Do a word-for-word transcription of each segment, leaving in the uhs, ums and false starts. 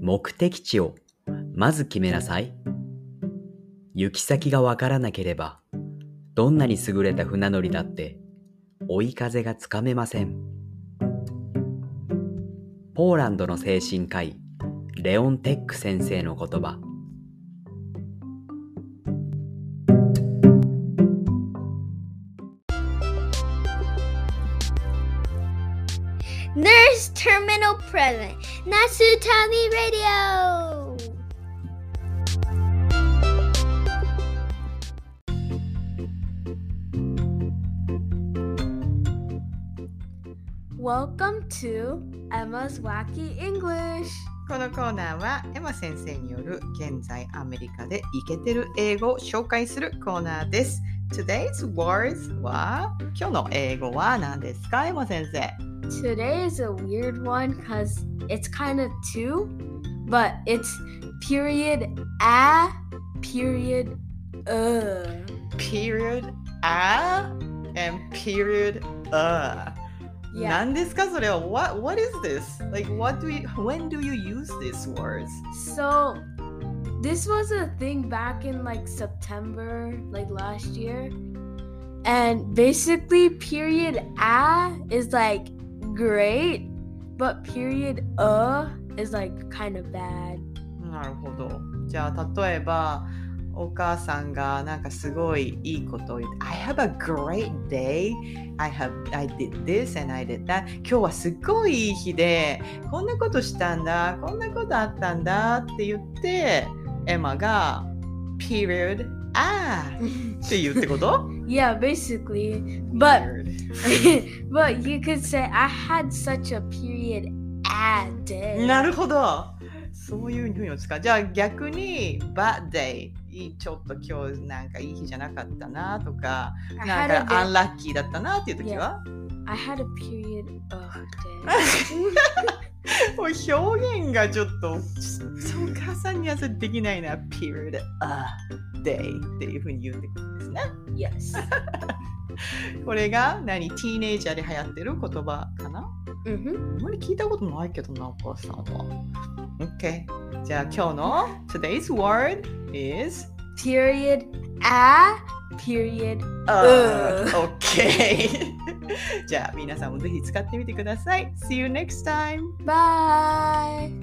目的地をまず決めなさい。行き先がわからなければ、どんなに優れた船乗りだって追い風がつかめません。ポーランドの精神科医、レオン・テック先生の言葉。 Nurse Terminal Present Nasutami Radio. Welcome to Emma's Wacky English. このコーナーはエマ先生による現在アメリカでイケてる英語を紹介するコーナーです。Today's words は今日の英語は何ですか、エマ先生 Today is a weird one because it's kind of two, but it's period a, period uh. Period a and period uh. Yeah. 何ですかそれは what, what is this? Like what do you, when do you use these words? So this was a thing back in like September, like last year. And basically period a is like great, but period uh is like kind of bad. なるほど。じゃあ例えばお母さんがなんかすごいいいことを言って I have a great day. I have I did this and I did that. 今日はすっごいいい日でこんなことしたんだ、こんなことあったんだって言ってエマが period ah って言うってこと？ Yeah, basically. But but you could say I had such a period a day. なるほど。そういうふうに使う。じゃあ逆に bad day。ちょっと今日なんかいい日じゃなかったなとか、なんかアンラッキーだったなっていう時は、 yeah. I had a period of day. もう表現がちょっとお母さんにはそれできないな。period of day っていうふうに言ってくるんですね。 Yes. これが何？ティーネイジャーで流行ってる言葉かな？ うんふん。 あんまり聞いたことないけどな、お母さんは。OK。じゃあ今日の Today's word is period a period uh. OK じゃあ皆さんもぜひ使ってみてください。See you next time. Bye.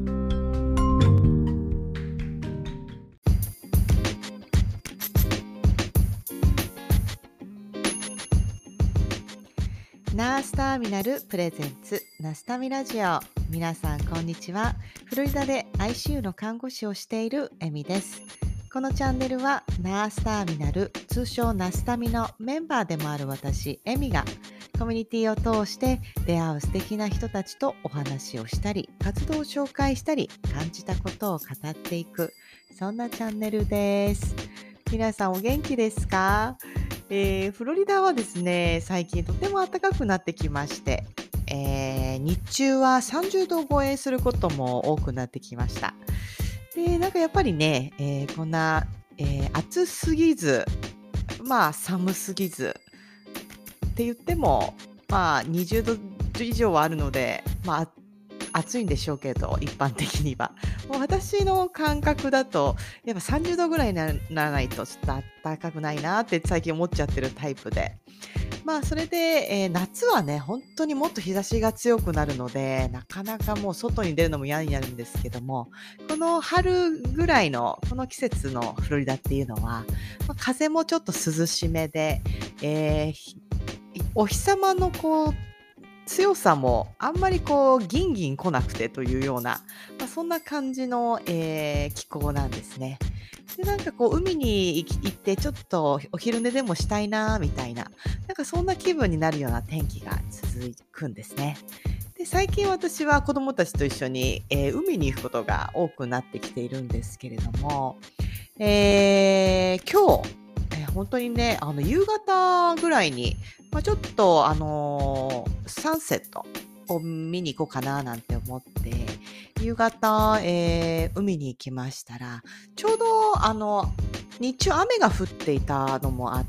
ナースターミナルプレゼンツナスタミラジオ。皆さんこんにちは。フロリダで アイシーユー の看護師をしているエミです。このチャンネルはナースターミナル、通称ナスタミのメンバーでもある私エミがコミュニティを通して出会う素敵な人たちとお話をしたり、活動を紹介したり、感じたことを語っていく、そんなチャンネルです。皆さんお元気ですか？えー、フロリダはですね、最近とても暖かくなってきまして、えー、日中はさんじゅうど超えすることも多くなってきました。で、なんかやっぱりね、えー、こんな、えー、暑すぎず、まあ寒すぎずって言っても、まあにじゅうど以上はあるので、まあ暑いんでしょうけど、一般的には。もう私の感覚だと、やっぱさんじゅうどぐらいにならないとちょっと暖かくないなって最近思っちゃってるタイプで。まあそれで、えー、夏はね、本当にもっと日差しが強くなるので、なかなかもう外に出るのも嫌になるんですけども、この春ぐらいの、この季節のフロリダっていうのは、まあ、風もちょっと涼しめで、えー、お日様のこう、強さもあんまりこうギンギン来なくてというような、まあ、そんな感じの、えー、気候なんですね。で、なんかこう海に行ってちょっとお昼寝でもしたいなみたいな、なんかそんな気分になるような天気が続くんですね。で、最近私は子供たちと一緒に、えー、海に行くことが多くなってきているんですけれども、えー、今日本当にね、あの夕方ぐらいに、まあ、ちょっとあのー、サンセットを見に行こうかななんて思って夕方、えー、海に行きましたら、ちょうどあの日中雨が降っていたのもあって、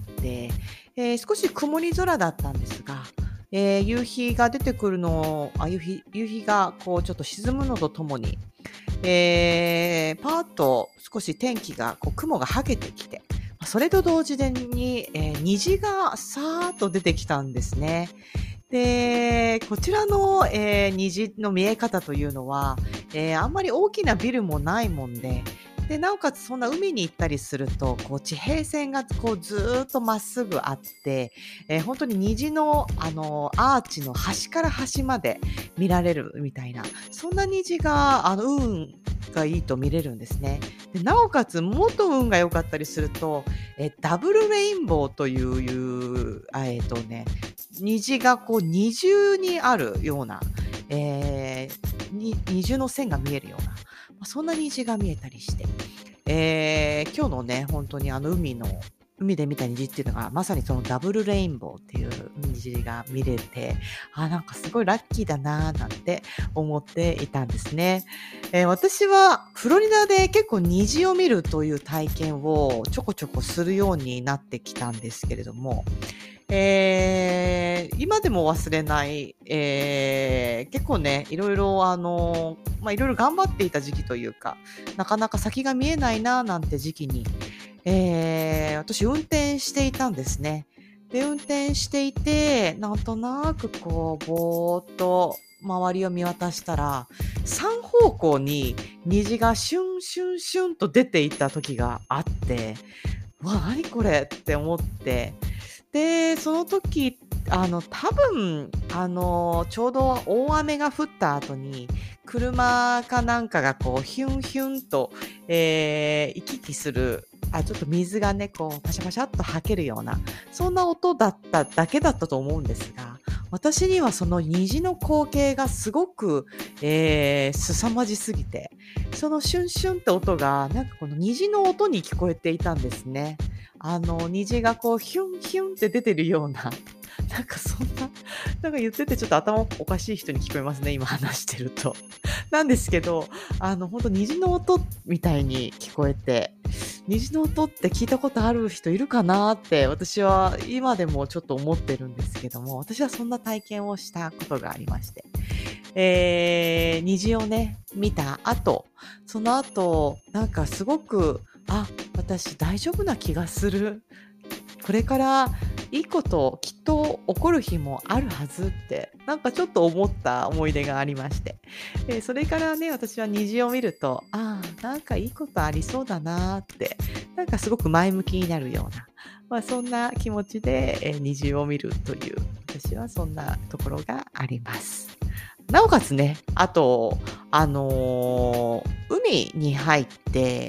えー、少し曇り空だったんですが、えー、夕日が出てくるのあ夕日夕日がこうちょっと沈むのとともに、 えー、パーッと少し天気がこう雲がはげてきて、それと同時に、えー、虹がさーっと出てきたんですね。で、こちらの、えー、虹の見え方というのは、えー、あんまり大きなビルもないもんで、で、なおかつそんな海に行ったりすると、こう地平線がこうずーっとまっすぐあって、えー本当に虹の、あのアーチの端から端まで見られるみたいな、そんな虹が、あの、運がいいと見れるんですね。で、なおかつもっと運が良かったりすると、えーダブルレインボーという、いうあえっ、とね、虹がこう二重にあるような、えーに二重の線が見えるような、まあそんな虹が見えたりして、えー今日のね、本当にあの海の、海で見た虹っていうのが、まさにそのダブルレインボーっていう虹が見れて、あ、なんかすごいラッキーだなーなんて思っていたんですね。えー私はフロリダで結構虹を見るという体験をちょこちょこするようになってきたんですけれども、えー今でも忘れない、えー結構ね、いろいろあの、まあ、いろいろ頑張っていた時期というか、なかなか先が見えないななんて時期に、えー私運転していたんですね。で、運転していて、なんとなくこう、ぼーっと周りを見渡したら、三方向に虹がシュンシュンシュンと出ていた時があって、うわ、何これって思って、で、その時、あの、多分、あの、ちょうど大雨が降った後に、車かなんかがこう、ヒュンヒュンと、えー行き来する、あ、ちょっと水がね、こう、パシャパシャっと吐けるような、そんな音だっただけだったと思うんですが、私にはその虹の光景がすごく、えー、凄まじすぎて、そのシュンシュンって音が、なんかこの虹の音に聞こえていたんですね。あの、虹がこう、ヒュンヒュンって出てるような、なんかそんな、なんか言っててちょっと頭おかしい人に聞こえますね、今話してると。なんですけど、あの、本当虹の音みたいに聞こえて、虹の音って聞いたことある人いるかなって私は今でもちょっと思ってるんですけども、私はそんな体験をしたことがありまして、えー、虹をね、見た後、その後、なんかすごく、あ、私大丈夫な気がする。これからいいこときっと起こる日もあるはずって、なんかちょっと思った思い出がありまして。えーそれからね、私は虹を見ると、ああ、なんかいいことありそうだなーって、なんかすごく前向きになるような、まあそんな気持ちで、えー虹を見るという、私はそんなところがあります。なおかつね、あと、あのー海に入って、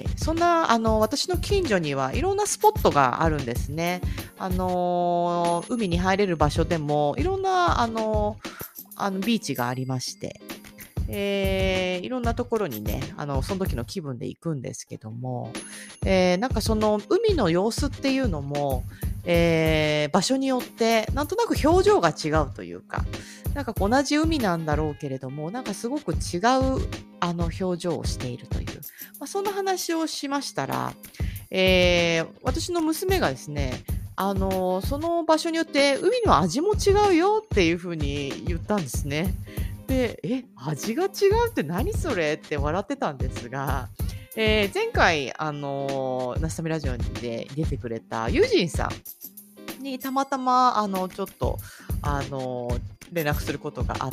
そんな、あの、私の近所にはいろんなスポットがあるんですね。あのー海に入れる場所でも、いろんな、あのーあの、ビーチがありまして、えーいろんなところにね、あの、その時の気分で行くんですけども、えーなんかその海の様子っていうのも、えー場所によってなんとなく表情が違うというか、なんか同じ海なんだろうけれども、なんかすごく違うあの表情をしているという、まあ、そんな話をしましたら、えー私の娘がですね、あのその場所によって海の味も違うよっていうふうに言ったんですね。で、え、味が違うって何それって笑ってたんですが、えー前回、あのー、ナスタミラジオで出てくれたユージンさんにたまたま、あの、ちょっと、あのー連絡することがあって、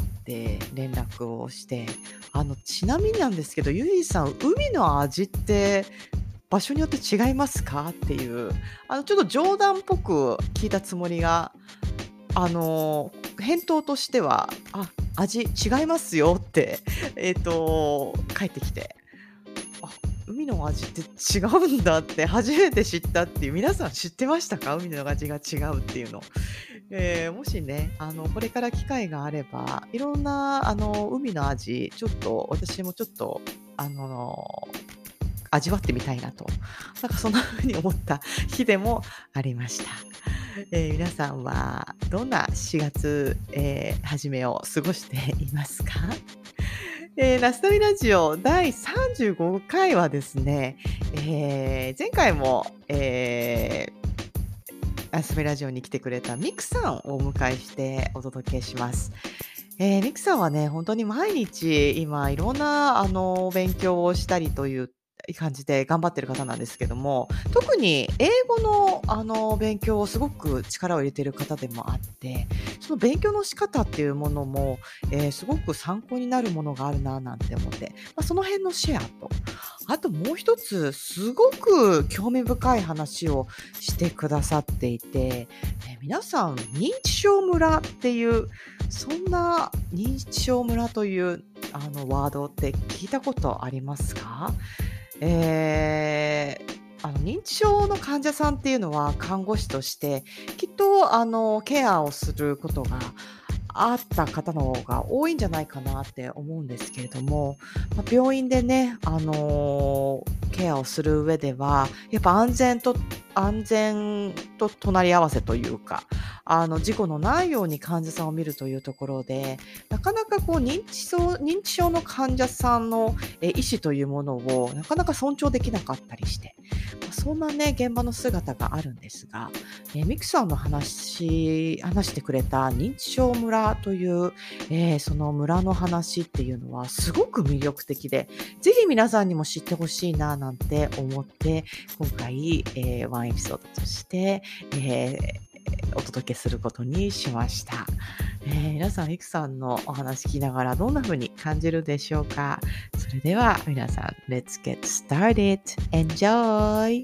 連絡をして、あの、ちなみになんですけど、ユージンさん、海の味って場所によって違いますかっていう、あの、ちょっと冗談っぽく聞いたつもりが、あのー返答としては、あ、味違いますよって、えっ、と、返ってきて、あ、海の味って違うんだって初めて知ったっていう、皆さん知ってましたか？海の味が違うっていうの。えーもしね、あの、これから機会があれば、いろんな、あの、海の味、ちょっと、私もちょっと、あの、味わってみたいなと。なんかそんな風に思った日でもありました。えー皆さんはどんなしがつ、えー初めを過ごしていますか？えー、ナスタミラジオだいさんじゅうごかいはですね、えー前回も、えーナスタミラジオに来てくれたミクさんをお迎えしてお届けします。 えー、ミクさんはね、本当に毎日今いろんなあの勉強をしたりという感じで頑張ってる方なんですけども、特に英語のあの勉強をすごく力を入れている方でもあって、その勉強の仕方っていうものも、えーすごく参考になるものがあるななんて思って、まあ、その辺のシェアと、あともう一つすごく興味深い話をしてくださっていて、えー皆さん認知症村っていうそんな認知症村というあのワードって聞いたことありますか？えーあの認知症の患者さんっていうのは看護師としてきっとあのケアをすることがあった方の方が多いんじゃないかなって思うんですけれども、まあ、病院でね、あのーケアをする上ではやっぱ安全と安全と隣り合わせというか、あの事故のないように患者さんを見るというところで、なかなかこう認知症認知症の患者さんのえ意思というものをなかなか尊重できなかったりして、まあそんなね現場の姿があるんですが、えーミクさんの話話してくれた認知症村という、えーその村の話っていうのはすごく魅力的で、ぜひ皆さんにも知ってほしいななんて思って今回、えーワンエピソードとして、えーお届けすることにしました。えー皆さん、ミクさんのお話聞きながらどんな風に感じるでしょうか？それでは皆さん、Let's get started. Enjoy!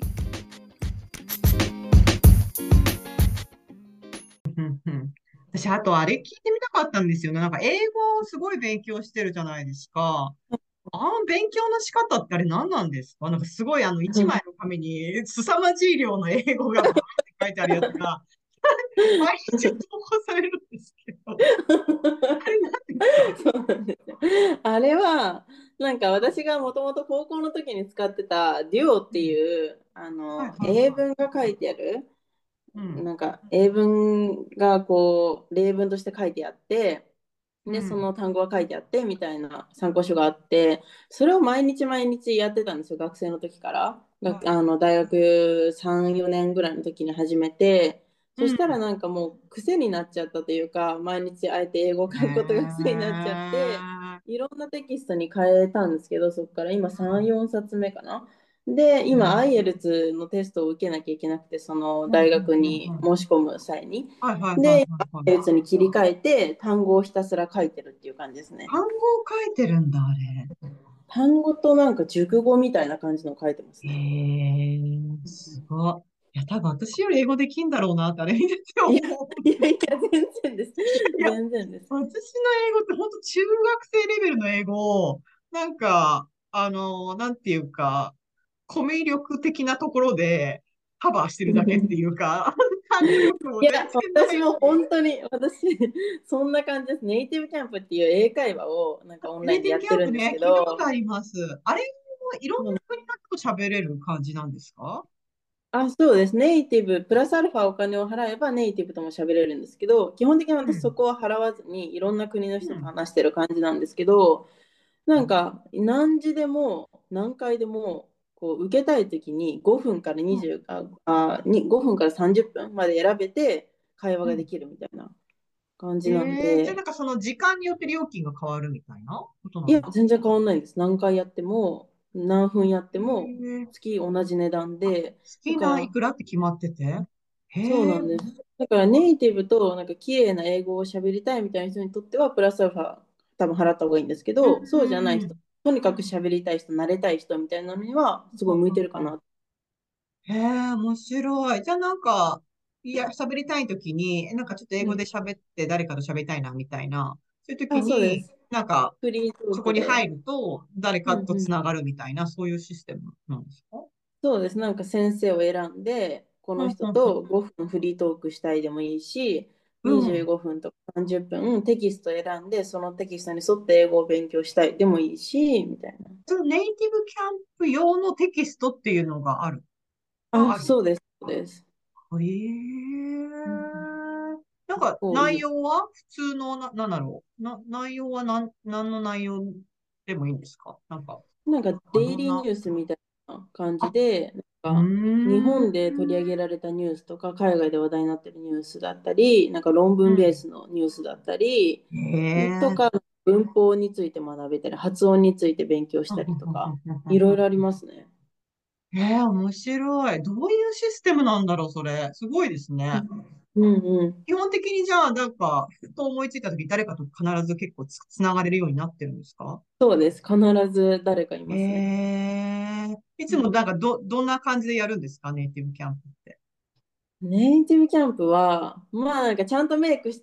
うんうん。私、あとあれ聞いてみたかったんですよね。なんか英語をすごい勉強してるじゃないですか。あの勉強の仕方ってあれ何なんですか？なんかすごいあの一枚の紙に凄まじい量の英語がバーって書いてあるやつが毎日投稿されるんですけど、あれ何ですか？ そうなんですよ。あれは、なんか私がもともと高校の時に使ってた デュオ ってうん。 いう、あはいの、 はいはい。 英文が書いてある、 うん。 なんか英文がこう、例文として書いてあって、で、そうん。 の単語が書いてあってみたいな参考書があって、それを毎日毎日やってたんですよ、学生の時から。がはい。 あの大学さん、よねんぐらいの時に始めて、そしたらうん。 なんかもう癖になっちゃったというか、毎日あえて英語を書へくことが癖になっちゃって、 え。 いろんなテキストに変えたんですけど、そこから今さん、よんさつめかな。で、 うん。 今、アイエルツ のテストを受けなきゃいけなくて、そのうん。うん。 大学うん。 にうん。 申し込む際に。 はいはいはいで、 はいはい。 アイエルツに切り替えて、単語をひたすら書いてるっていう感じですね。 単語を書いてるんだ、あれ。 単語となんか熟語みたいな感じのを書いてますへね。 え、すごい。いや、多分私より英語できんだろうなってあれ見てていや、 思う。 いやいや、全然です。 いや、 全然です。 私の英語って本当中学生レベルの英語を、なんか、あの、なんていうか、コミュ力的なところでカバーしてるだけっていうか、単語力もいや、 全然ない私もし、 本当に、私、そんな感じです。ネイティブキャンプっていう英会話をなんかオンラインでやっネイティブキャてるんですンプね、聞いたことけど、 あります。あれもいろんな国の人と喋れる感じなんですか？ あ、そうです。ネイティブ、プラスアルファお金を払えばネイティブとも喋れるんですけど、基本的にうん。 私そこは払わずにいろんな国の人とうん。 話してる感じなんですけど、なんか何時でも何回でもこう受けたいときにごふんからうん。 にじゅうああにごふんからさんじゅっぷんまで選べて会話うん。 ができるみたいな感じなんええ、じゃあなで、 んかその時間によって料金が変わるみたいなことないや、 んですか？ 全然変わんないんです。何回やっても何分やってへもえ。 月同じ値段あ、好で、だきないからくらって決まってて。へえ。 そうなんです。だからネイティブとなんか綺麗な英語を喋りたいみたいな人にとってはプラスアルファ多分払った方がいいんですけうど、そうじゃない人、 ん。 とにかく喋りたい人、慣れたい人みたいなのにはすごい向いてるかな。 へえ、面白い。じゃあなんか、いや、喋りたいときに、なんかちょっと英うん、 語で喋って誰かと喋りたいなみたいな、そういうときあ、そうでに、 す。 なんか、 フリートそークで。 こに入ると誰かうんうん。 とつながるみたいな、そういうシステムなんですか？ そうです。なんか先生を選んで、このうん、うん、 人とごふんフリートークしたいでもいいし、 うん。う 25 ん。 分とかさんじゅっぷんテキスト選んで、そのテキストに沿って英語を勉強したいでもいいし、みたいな。 そのネイティブキャンプ用のテキストっていうのがある。あ、 あ、 ある。 そうです。そうです。 へえ。 うん、 なんか内こういう。 容は普通のな、なんだろう。な、内容はなん、何の内容でもいいんですか？なんか、 なんかデイリーニあ、どんな。 ュースみたいな感じあ、 で、なんうか日本で取り上ん。 げられたニュースとか、海外で話題になってるニュースだったり、なんか論文ベーうん。 スのニュースだったり、 へえ。 とか、文法について学べたり、発音について勉強したりとか、いろいろありますね。 ええ、面白い。どういうシステムなんだろう、それ。すごいですね。 うんうん。 基本的にじゃあ、なんか、ふと思いついたとき、誰かと必ず結構つ、つながれるようになってるんですか？ そうです。必ず誰かいますね。 ええ、いつもなんか、ど、どんな感じでやるんですか、ネイティブキャンプって。 ネイティブキャンプは、まあなんかちゃんとメイクして、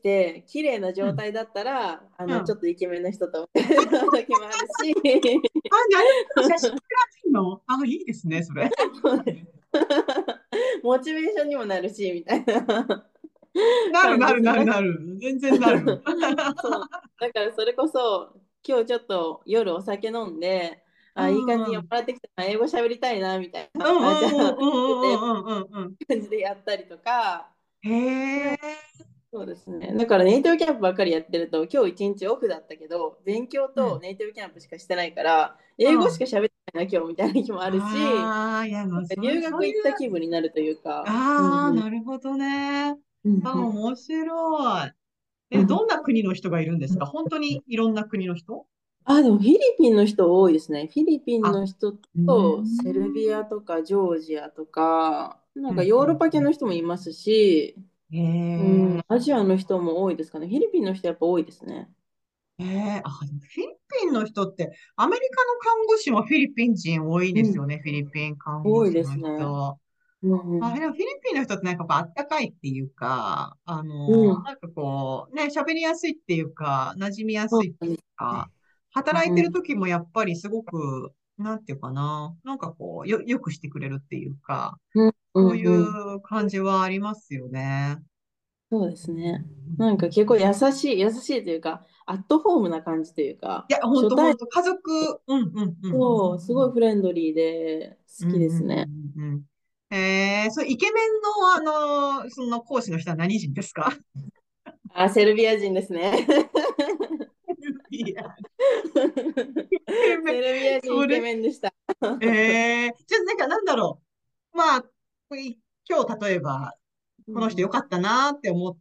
綺麗なうん。 状態だったら、あの、ちょうん。 っとイケメンな人と会える時もあるし、 あ、なるほど。写真撮られるの？あ、いいですね、それ。 そうです。モチベーションにもなるし、みたいななる感じですね。 なるなるなんかなる。全然なる。 そう。だからそれこそ、今日ちょっと夜お酒飲んで、 うあ、いい感じに酔っんうん。 払ってきたな、英語喋りたいな、みたいうんな。あ、じゃあ、 うんうんってうんうんうんうんうん。 感じでやったりとか、 へえ。 そうですね。だからネイティブキャンプばっかりやってると、今日一日オフだったけど、勉強うん。 とネイティブキャンプしかしてないから、英語しかうん。 喋ってないな、今日みたいな日もあるし、 ああ、いや、まあ、 なんかそう、 留学行ったそういう、 気分になるというか、うんああ、 うん。 なるほどね。ああ、 うんうん面白い。え、 うんどんな国の人がいるんですか？本当にいろんな国の人？ あ、でもフィリピンの人多いですね。フィリピンあ、 の人うーとセルビアん。 とかジョージアとか、なんかうん、うん、 ヨーロッパ系うの人もいますし、 ん。 うん、 へアジアの人も多いですかね。フィリピンの人やっぱ多いですね。 え、へえ、あ、フィリピンの人って、アメリカの看護師もフィリピン人多いうん、 ですよね、フィリピン看護多い師のですね。 人。 うんうあ、でん。 もフィリピンの人ってなんかこうあったかいっていうか、あの、 うん。 なんかこう、ね、喋りやすいっていうか、馴染みやそうすいっていうなんですか、 ね。 働いてるうん。 時もやっぱりすごく、なんていうかな、なんかこう、よ、よくしてくれるっていうか、 うんうそういんうん。 う感じはありますよね。 そうでうん、 すね。 うんなんか結構うん、 優しい、優しいというか、アットホームな感じというか、 いや、ほん初対とほんと、家族、うんうんうん。 そう、すごいフレンドリーで好きうんうんですね。 うんうんうん。えー、そう、イケメンの、あの、その講師の人は何人ですか？ あ、セルビア人ですね。 いや、イケメン、 セルビア人イケそれ、 メンでした。 ええ、じゃあ、なんかなんだろう。まあ、これ今日例えば、この人良うんかったなって思って、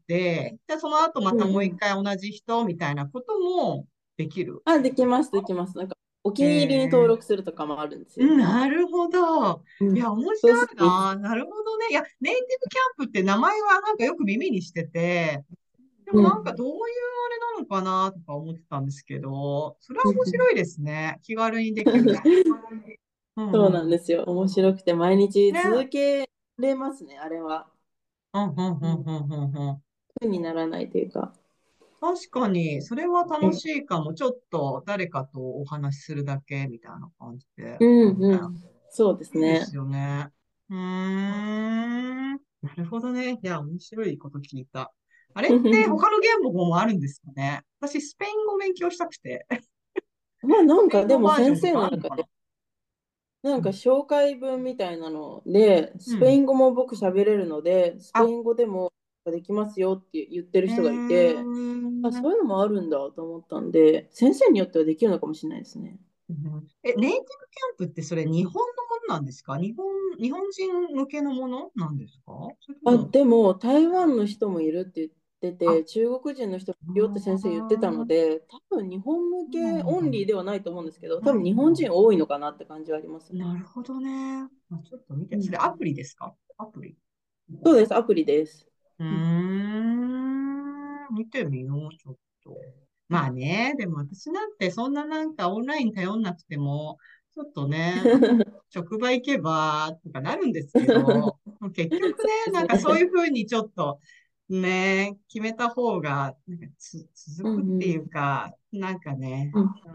じゃあその後まうん。 たもう一うんうん。 回同じ人みたいなこともできる。 あ、できます、できます。なんか、お気に入りに登ええ、 録するとかもあるんですよ。 なるほど。 うん。 いや、面そうす白いると、 な。なるほどね。いや、ネイティブキャンプって名前はなんかよく耳にしてて、でもうん。 なんかどういうあれなのかなとか思ってたんですけど、それは面うんうん白いですね。気軽にできるし。うんそううんうん。 なんですよ。面白くて、毎日ね。 続けれますね、あれは。 うんうんううん。 んうんうんうん。 苦にならないというか。 確かに、それは楽うんしいかも。ちょっと誰かとお話しするだけみたいな感じで。 うんうね、 ん。そうですね。 いいですよね。うーん。なるほどね。いや、面白いこと聞いた。あれって他の言語もあるんですかね？私、スペイン語勉強したくて。 まあなんスペイン語かでも先バージョンと生の中でかあるのかな？ なんかうん。 紹介文みたいなのでスペイうん。 ン語も僕喋れるのでスペあ、 イン語でもできますよって言ってるえ人がいてあー、 そういうのもあるんだと思ったんで先生によってはできるのかもしれないですね。 うん、え、ネイティブキャンプってそれ日本のものなんですか？日本、日本人向けのものなんですか？それとあも、 でも台湾の人もいるって言ってあ、 て中国人の人もいるよって先生言ってたのあで多分日本向ー、 けオンリーではないと思うんですけど多分日本うん、 人多いのかなって感じはありますね。 なるほどね。あ、ちょっと見て。そうん、 れアプリですか？アプリ。 そうですアプリです。 うーうんん、見てみよう、ちょっと。まあね、でも私なんてそんななんかオンライン頼んなくても、ちょっとね、職場行けばとかなるんですけど、結局ね、 ですなんかそういうね。 ふうにちょっとね、決めた方がなんかつうんう続くっていうんか、なんかね、 うんうん、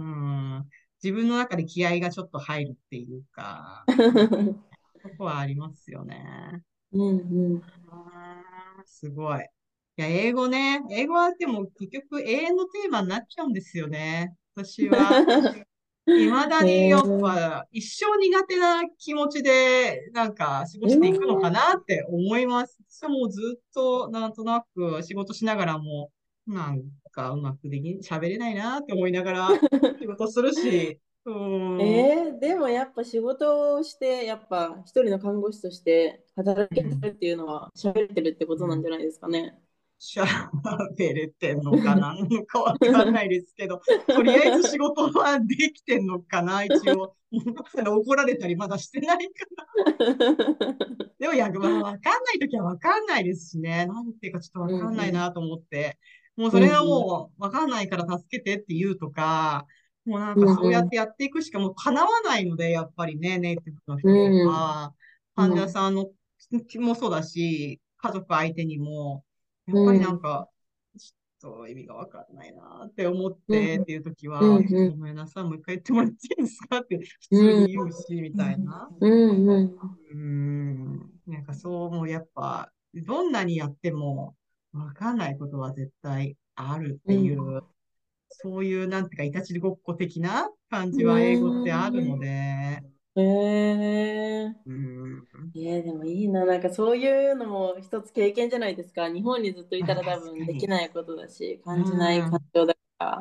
自分の中で気合がちょっと入るっていうか、そこはありますよね。 うんうん。 あー、すごい。いや、英語ね。英語はでも結局永遠のテーマになっちゃうんですよね。私は。未だへにやっえ。 ぱ一生苦手な気持ちでなんか過ごえしていくのかー、 なって思います。私はもうずっとなんとなく仕事しながらもなんかうまくでき、喋れないなって思いながら仕事するし、 そう。 えー、でもやっぱ仕事をして、やっぱ一人の看護師として働けてうん。 るっていうのは喋れてるってこうん。 となんじゃないですかね。 しゃべれてんのかなのかわかんないですけど、とりあえず仕事はできてんのかな一応。怒られたりまだしてないかな。でも、いや、まあ、わかんないときはわかんないですしね。なんていうかちょっとわうんかんないうんなと思って。もうそれはうんうんもう、わかんないから助けてって言うとか、もうなんかうんそうやっうんてやっていくしかもう叶わないので、やっぱりね、ネイティブのう人とんか、患うん者さんの気もそうだし、家族相手にも、やっぱりなんうんか、ちょっと意味がわかんないなって思っうんてっていうときは、 うんうんごめんなさい、もう一回言ってもらっていいですかって普通うんに言うし、みたいな。 うんうんうーん、なんかそうもうやっぱ、どんなにやってもわかんないことは絶対あるっていう、そういうなんていうか、いたちごっこ的な感うじは英語ってあるのんで、 へえうーん、 えー、でもいいな、なんかそういうのも一つ経験じゃないですか。日本にずっといまあたら多確かに。 分できないことだし、 う感じない感ん、 情だから、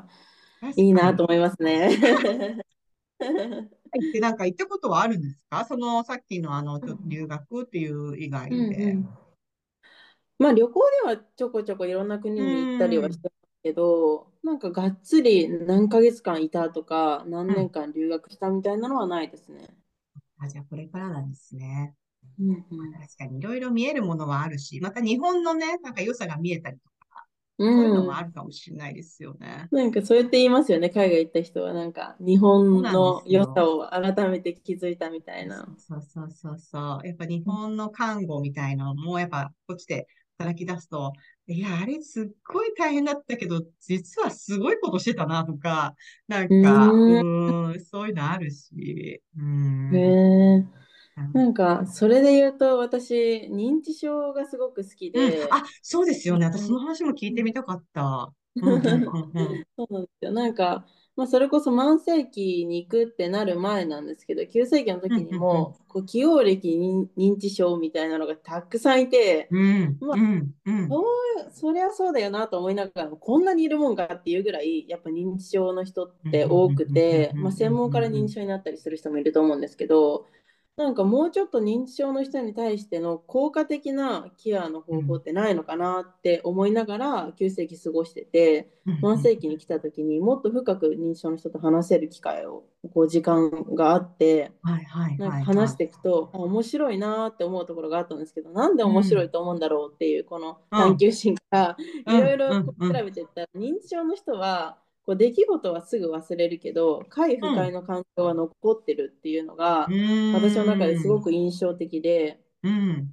いい確かに。 なと思いますね。 行ってなんか行ったことはあるんですか？そのさっきのあの、ちょっと留学っていう以う外で。 んうん。まあ旅行ではちょこちょこいろんなう国に行ったりはしん、 てますけど、なんかがっつり何ヶ月間いたとか、何うん。 年間留学したみたいなのはないですね。 あ、じゃあこれからなんですね。 うんまあ、 うん。 確かにいろいろ見えるものはあるし、また日本のね、なんか良さが見えたりとか、そういうのうん。 もあるかもしれないですよね。 なんかそうやって言いますよね、海外行った人は。なんか日そうなんで本のすよ。 良さを改めて気づいたみたいな。 そうそうそうそうそう。やっぱ日本の看護みたいなのも、やっぱこっちで働き出すと、いや、あれすっごい大変だったけど、実はすごいことしてたなとか、なうんか、うーん。 ーん、そういうのあるし、うーへん、 え。 うんなんか、それで言うと、私、認知症がすごく好きうん。あ、 で、 そうですよね。私そのうん話も聞いてみたかった。うん、うん、うん、うん。 そうなんですよ。なんか、まあ、それこそ慢性期に行くってなる前なんですけど、急性期の時うん、うん、うん。 にも、こう起用歴認認知症みたいなのがたくさんいて、 うん、 まあ、 うん、うん、 そうそりゃそうだよなと思いながらも、こんなにいるもんかっていうぐらい、やっぱ認知症の人っうん、うん、 て多くうん、うん、 て、まあ、 うん、うん、 専門からうん、 認知症になったりする人もいると思うんですけど、なんかもうちょっと認知症の人に対しての効果的なケアの方法ってないのかなって思いながら急性期過ごしてて、 うん、うん。 慢性期に来た時にもっと深く認知症の人と話せる機会を、こう時間があって、 はい、はい、 なんはい、はか話していくと、あ面白いなって思うところがあったんですけど、なんでい。う面白いん、 と思うんだろうっていうこのうん、 探求心からいろいうん、うろこん、うう調ん、 べていったら、認知症の人はこう出来事はすぐ忘れるけど、快不快うん、 の感情は残ってるっていうのうが私の中ですーん、 ごく印象的で、 うん、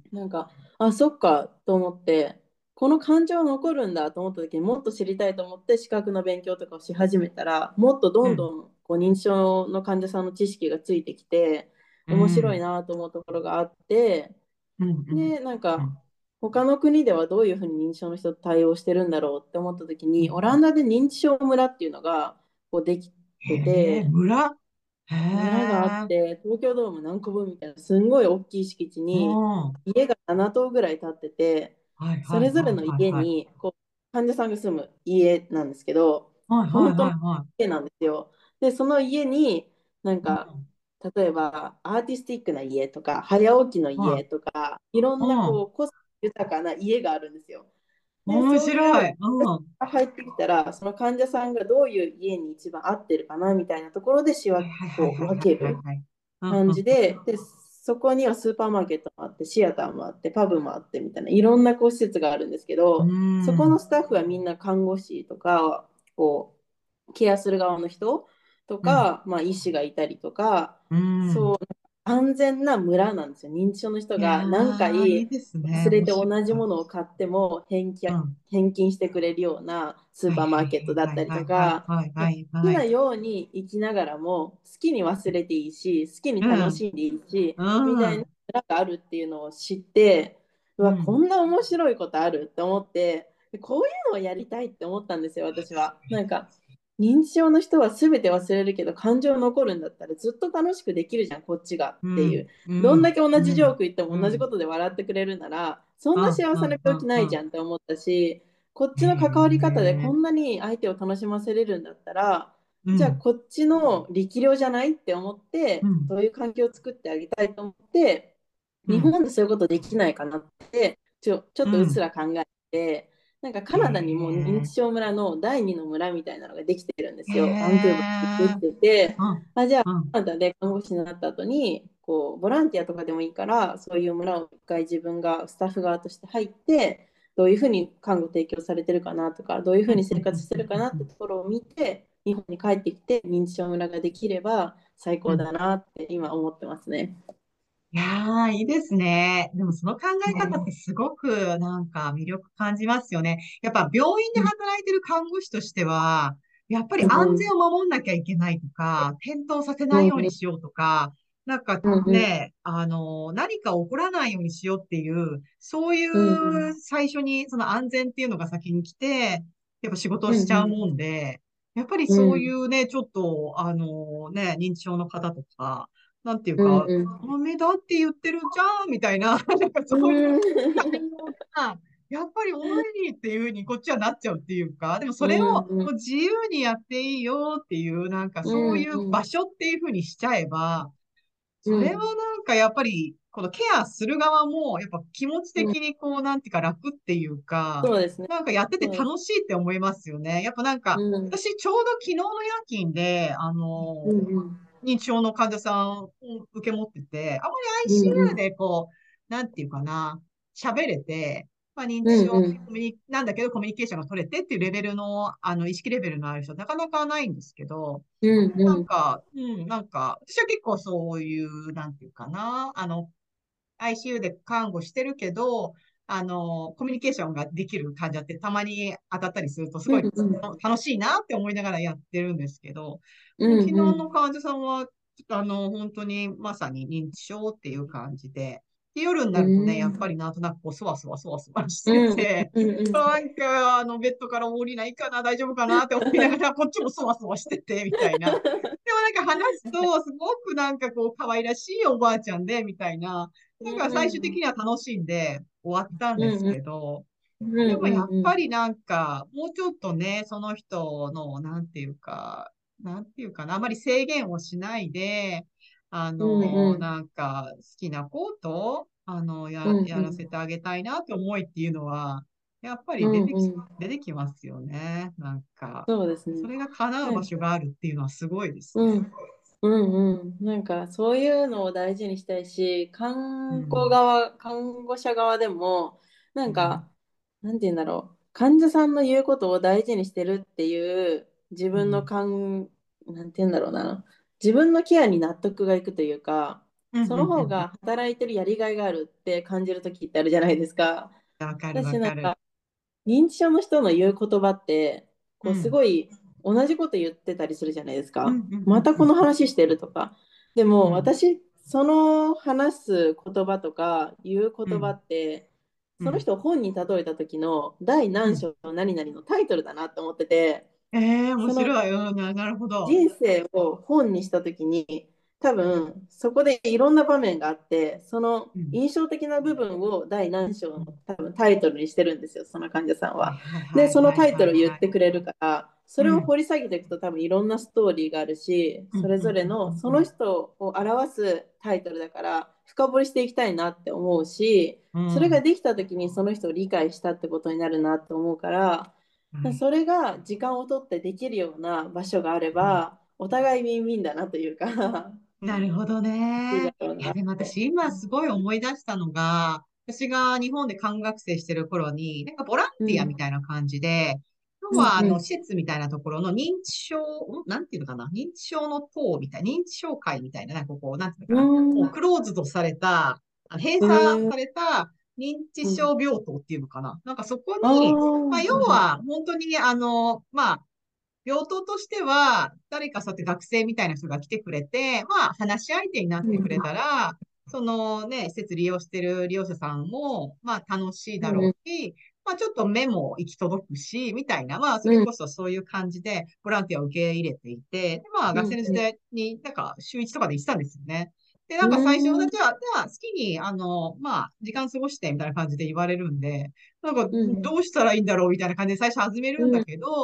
なんか、あ、そっかと思って、この感情残るんだと思った時にもっと知りたいと思って資格の勉強とかをし始めたら、もっとどうん、 んどんこう認知症の患者さんの知識がついてきて、 う面白いん、 なと思うところがあって、 うん、うん、 で、なんか、 うん。 他の国ではどういうふうに認知症の人と対応してるんだろうって思った時に、オラうん。 ンダで認知症村っていうのがこうできてへえ、 て、 村。へ村があっえ、 て、東京ドーム何個分みたいな、すんごい大きい敷地うん。 には家がなな棟ぐらい建ってて、 い、はい、はい、 それぞれのはい、はい。 家にこう患者さんが住む家なんですけど、 はい、はい、 本当のはい、は家なんですよ。で、その家に、なんい。うか、 ん。 例えばアーティスティックな家とか、早起きのはい、 家とか、いろんなうん。 こう個性豊かな家があるんですよ。で、 面そういう白い。うん。 入ってきたら、その患者さんがどういう家に一番合ってるかなみたいなところで仕分はい、はい、はい、 こうはい、はい、はい。 分けるはい。うん、うん、 感じで、で、そこにはスーパーマーケットもあって、シアターもあって、パブもあってみたいな、いろんなこう施設があるんですけうど、そこのん。 スタッフはみんな看護師とか、こう、ケアする側の人とうん。 か、まあ、医師がいたりとか、 うん。 そう、安全な村なんですよ。認知症の人いやが何ー、いい回ですね。 忘れて面白い。 同じものを買っても返金うん。 返金してくれるようなスーはい、 パーマーはい、 ケットだったりはい、はい、はい、 とか、 はい、 まあ、 はい、 好きなはい。 ように生きながらも好きに忘れていいし、好きにうん。 楽しんでいいし、 うみたいなん。 村があるっていうのを知って、うわ、こうん。 んな面白いことあるって思って、こういうのをやりたいって思ったんですよ、私は。なんか、認知症の人は全て忘れるけど、感情残るんだったらずっと楽しくできるじゃん、こっちがっていう。 うん。うどんだん。 け同じジョーうん。 ク言っても同じこうん。 とで笑ってくれるなら、そんなうん。 幸せなうん。うん。 病気ないじうん。 ゃんって思ったし、こっへちの関わり方でこえ。 んなに相手を楽しませれるんだったら、 じゃあうん、 こっちの力量じゃないって思って、 うん、 そういう環境を作ってあげたいと思って、日うん、 本でそういうことできないかなって、ちょ、ちょっとうっすうん。 ら考えて、なんかカへナダにも認知え、 症村のだいにの村みたいなのができてるんでへすよ。バンクーバーにでえ、 きてて、 うん、 あ、じゃあうん、 カナダで看護師になった後に、こう、ボランティアとかでもいいから、そういう村を一回自分がスタッフ側として入って、どういうふうに看護提供されてるかなとか、どういうふうん、 うに生うん、うん、 活してるかなってところを見て、日本に帰ってきて認知症村ができれば最うん。 高だなって今思ってますね。 いやー、いいですね。でもその考え方ってうんすごくなんか魅力感じますよね。やっぱ病院でうん働いてる看護師としては、やっぱり安全うんを守んなきゃいけないとか、転倒させないよううんにしようとか、なんかうんうんね、あの、何か起こらないようにしようっていう、そういうんう最初にその安全っていうのが先に来て、やっぱ仕事をうんしちゃうもんで、やっぱりそういうんうね、ちょっと、あのね、認知症の方とか、なんていうか、 うんうんダメだって言ってるじゃんみたいな、なんかうそういうん対応が、やっぱり無理っていうふうにこっちはなっちゃうっていうか、でもそれをうんうんもう自由にやっていいよっていう、なんかそういう場所っていうふうにしちゃえば、それはなんかやっぱり、このケアする側も、やっぱ気持ち的にこう、なんていうか楽っていうか、 そうですね。 なんかやっててそうです。 楽しいって思いますよね。やっぱなんか、 うん私ちょうど昨日の夜勤で、あの、 うんうん認知症の患者さんを受け持ってて、あまりうんうアイシーユーんでこう、なんていうかな、喋れて、まあ、認知症うんうんコミュニなんだけどコミュニケーションが取れてっていうレベルの、あの、意識レベルのある人、なかなかないんですけど、 うんうんなんか、うん、なんか、私は結構そういう、なんていうかな、あの、アイシーユー で看護してるけど、あの、コミュニケーションができる患者ってたまに当たったりすると、すごいうん楽しいなって思いながらやってるんですけど、 うんもう昨日のうん患者さんは、あの、本当にまさに認知症っていう感じで、で夜にうなるとね、やっぱんりなんとなくこう、そわそわそわそわしてうんて、 うんうんなんか、あの、ベッドから降りないかな、大丈夫かなって思いながら、こっちもそわそわしてて、みたいな。でもなんか話すと、すごくなんかこう、可愛らしいおばあちゃんで、みたいな。なんか最終的には楽しんで終わったんですうんうんけど、 うんでもやっうんぱりなんか、もうちょっとね、その人の、なんていうか、なんていうかな、あまり制限をしないで、あの、 うんなんか、好きなことあの、や、やらせうんてあげたいなって思いっていうのは、やっぱうり出てき、 んうん出てきますよね。なんか、 そうですね。 それが叶う場所があるっていうのはすごいですね。 うん、うんうん。なんかそういうのを大事にしたいし、看護うん。 側、看護者側でも、なうん。 んか、なんて言うんだろう、患者さんの言うことを大事にしてるっていう自分のうん。 感、なんて言うんだろうな、自分のケアに納得がいくというか、 うん。うん。 その方うん。 が働いてるやりがいがあるって感じる時ってあるじゃないですか。 わかるわかる。 私なんか認知症の人の言う言葉って、こうすうん。 ごい同じこと言ってたりするじゃないですうん。うか。 ん。うん。 またこの話してるとか。でもうん。 私、その話す言葉とか言う言葉うん。 って、 うん。 その人を本に例えた時の第うん。 何章何々のタイトルだなって思ってて、 ええ、面その白い。うん、な、なるほど。 人生を本にしたときに、多分そこでいろんな場面があって、そのうん。 印象的な部分を第何章のうん。 多分タイトルにしてるんですよ、その患者さんはいは。で、 はいそのはいタイトルを言っはいはい。 てくれるから、それをうん。 掘り下げていくと多分いろんなストーリーがあるし、 うん。 それうん。 ぞれのそうん。 の人を表すタイトルだから、深掘りしていきたいなって思うし、 うん。 それうん。 ができた時にその人を理解したってことになるなと思うから、 はい。 それが時間をとってできるような場所があれうん。 ば、お互いウィンウィンだなというかなるほどいいだね。いや、 ろうなっでもて。 私今すごい思い出したのが、私が日本で看護学生してる頃に、なんかボランティアみうん、 たいな感じで、要うん、 はあのうん、 施設みたいなところの認知症、んなんていうのかな、認知症の党みたいな、認知症会みたいな、なんかこう、なんていうのかうな、もうん、 クローズドされた、あの閉へ鎖え、 された認知うん、 症病棟っていうのかな。なんかそこあに、まああ、 要は本当にあの、まあ病棟としては、誰かそうやって学生みたいな人が来てくれて、まあ、話し相手になっうん、 てくれたら、そのね、施設利用してる利用者さんも、まあ、楽しいだうん、 ろうし、まあ、ちょっと目も行き届くし、みたいな、まあ、それうん、 こそそういう感じで、ボランティアを受け入れていて、で、まあ、 うん、 学生の時代に、なんか、週一とかで行ってたんですよね。で、なうんか最初、 ん、 じゃあ、じゃあ、好きに、あの、まあ、時間過ごして、みたいな感じで言われるんで、なんか、 うん、 どうしたらいいんだろうみたいな感じで最初始めるんだうん、 けど、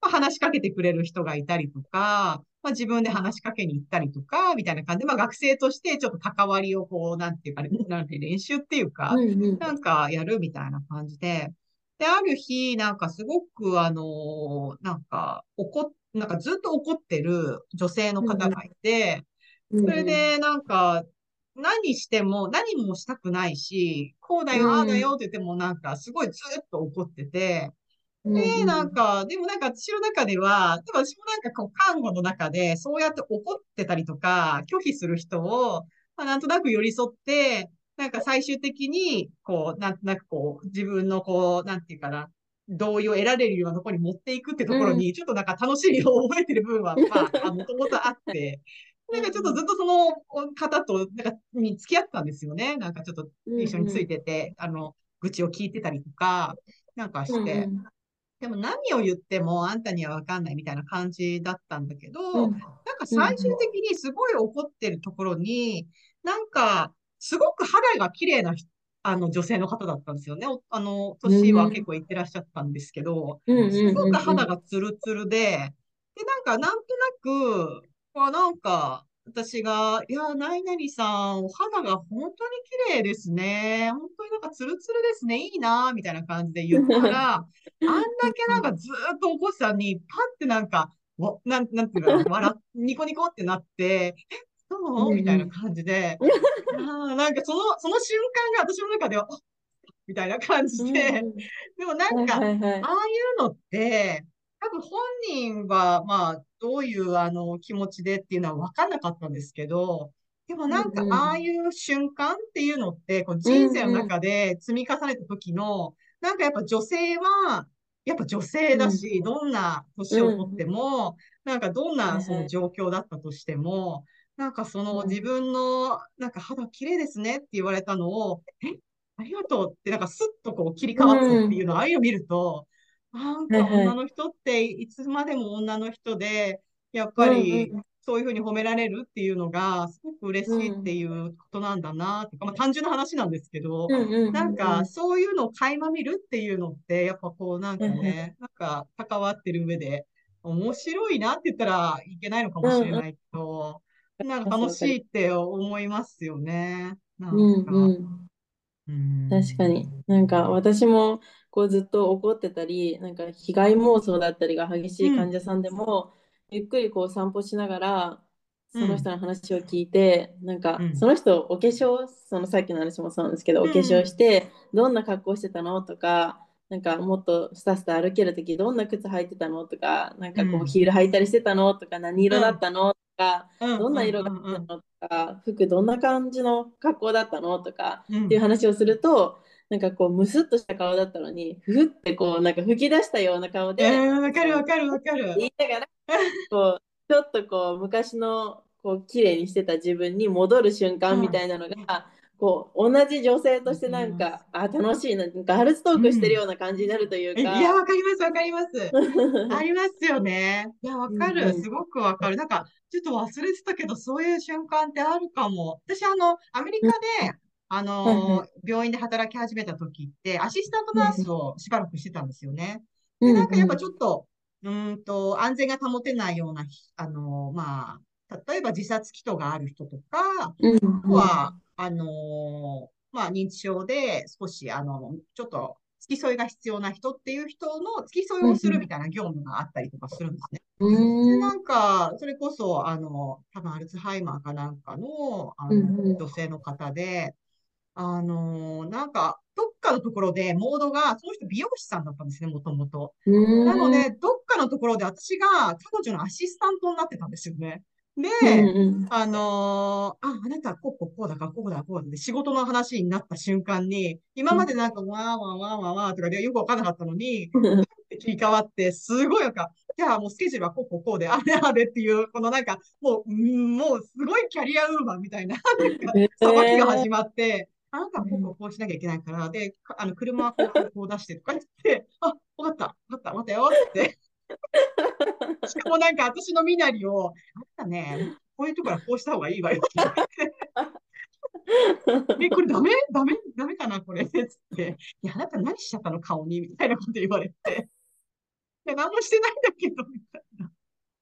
まあ、話しかけてくれる人がいたりとか、まあ、自分で話しかけに行ったりとか、みたいな感じで、まあ、学生としてちょっと関わりをこう、なんていうか、なんて練習っていうか、 うんうんなんかやるみたいな感じで、で、ある日、なんかすごく、あの、なんか、怒っ、なんかずっと怒ってる女性のうん方がいて、 うんそれで、なんか、何しても、何もしたくないし、こうだよ、ああだよって言っても、なんか、すごいずっと怒ってて、 うんで、なんうんか、でもなんか私の中では、多分私もなんかこう、看護の中で、そうやって怒ってたりとか、拒否する人を、まあ、なんとなく寄り添って、なんか最終的に、こう、なんとなくこう、自分のこう、なんていうかな、同意を得られるようなところに持っていくってところうんに、ちょっとなんか楽しみを覚えてる部分は、まあ、もともとあって、なんかちょっとずっとその方と、なんか、に付き合ってたんですよね。なんかちょっと一緒についてて、あの、愚痴を聞いてたりとか、なんかうんして。でも何を言ってもあんたにはわかんないみたいな感じだったんだけど、 うんなんかうん最終的にすごい怒ってるところに、なんか、すごく肌が綺麗な人あの女性の方だったんですよね。おあの、年は結構いってらっしゃったんですけど、 うんうんすごくうんうん肌がツルツルで、で、なんか、なんとなく、あなんか、私が、いや、何々さん、お肌が本当に綺麗ですね。本当になんかツルツルですね。いいな、みたいな感じで言ったら、あんだけなんかずーっとお子さんに、パッてなんか、わなん、なんていうかな、笑っ、ニコニコってなって、え、そうみたいな感じで、あーなんかその、その瞬間が私の中では、あみたいな感じうんで、 うんでもなんはいか、 はいはい。 ああいうのって、多分本人は、まあ、どういうあの気持ちでっていうのは分かんなかったんですけど、でもなんか、 うんああいう瞬間っていうのって、こうう人生のんうん中で積み重ねた時の、なんかやっぱ女性は、やっぱ女性うんだし、どんな年をとってうんも、なんかどんなそのはいはい。 状況だったとしても、なんかその自うん分の、なんか肌綺麗ですねって言われたのを、えありがとうって、なんかスッとこう切り替わったっていうのを、ああいうのを見ると、なんかはいはい。 女の人っていつまでも女の人で、やっうぱりんうんそういうふうに褒められるっていうのが、すごく嬉しいってうんいうことなんだなっていうか、まあ単純な話なんですけど、 うんうんなんうんうんかそういうのを垣間見るっていうのって、やっぱこうなんはいはい。 かね、なんか関わってる上で、面白いなって言ったらいけないのかもうんうんわかしれないけど、なんりますわかりか楽しいって思いますよね。なんうんうか。 ん。 うーん。 確かに。なんか私もこうずっと怒ってたり、なんか被害妄想だったりが激しい患うん。 者さんでも、ゆっくりこう散歩しながら、その人うん。 の話を聞いて、なんかそうん。 の人お化粧、そのさっきの話もそうなんですけど、お化粧うん。 して、どんな格好してたのとか、なんかもっとスタスタ歩けるときどんな靴履いてたのとか、なんかこううん。 ヒール履いたりしてたのとか、何色だっうん。 たのとか、 うん。うん。 どんな色がうん。うん。 好きなのとか、服どんな感じの格好だったのとかっていううん。 話をすると、なんかこうムスッとした顔だったのに、ふふってこうなんか吹き出したような顔えで、 ー、わかそうってるわかるわかる。 言いながら、こうちょっとこう昔のこう綺麗にしてた自分に戻る瞬うん。 間みたいなのが、こう同じ女性とわかしてなんります。 か、あ、楽しいな、なんかガールズトークしてるうん。 ような感じになるといういや、わか、 かりますわかります。あうりますよね。いや、わんかる。 うん。 すごくわかる。なんか、ちょっと忘れてたけど、そういう瞬間ってあるかも。私、あの、アメリカうんで、あはいはい。 の、病院で働き始めた時って、アシスタントナースをしばらくしてたんですよね。で、 うんなんかやっぱちょうん。 っと、うーんと、安全が保てないような、あの、まあ、例えば自殺祈祷がある人とか、あうんとは、 うん。 あの、まあ、認知症で少し、あの、ちょっと、付き添いが必要な人っていう人の付き添いをするみたいな業務があったりとかするんですね。 うで、 ん。うーん。 なんか、それこそ、あの、多分アルツハイマーかなんかの、あうんの、 うん。 女性の方で、あの、なんか、どっかのところで、モードが、その人美容師さんだったんですね、もともと。 うーん。 なので、どっかのところで私が彼女のアシスタントになってたんですよね。 うんで、 うん。 あのーあ、あなた、こうこうこうだから、こうだ、こうだって仕事の話になった瞬間に、今までなんか、わーわーわーわーわーとかでよくわかんなかったのに、切り替わって、すごいなんか、じゃあもうスケジュールはこうこうこうで、あれあれっていう、このなんか、もう、うんもうすごいキャリアウーマンみたいな、なんか、 えさばきが始えまって、あなたはこうこうこうしなきゃいけないから、で、かあの、車はこうこうこう出してとか言って、あ、わかった、わかった、待たよって。しかもなんか私の身なりを、あんたね、もっとこういうところはこうした方がいいわよって言われて、え、これダメダメダメかなこれつって。いや、あなた何しちゃったの顔にみたいなこと言われて。 か何もしてないんだけど、みたいな。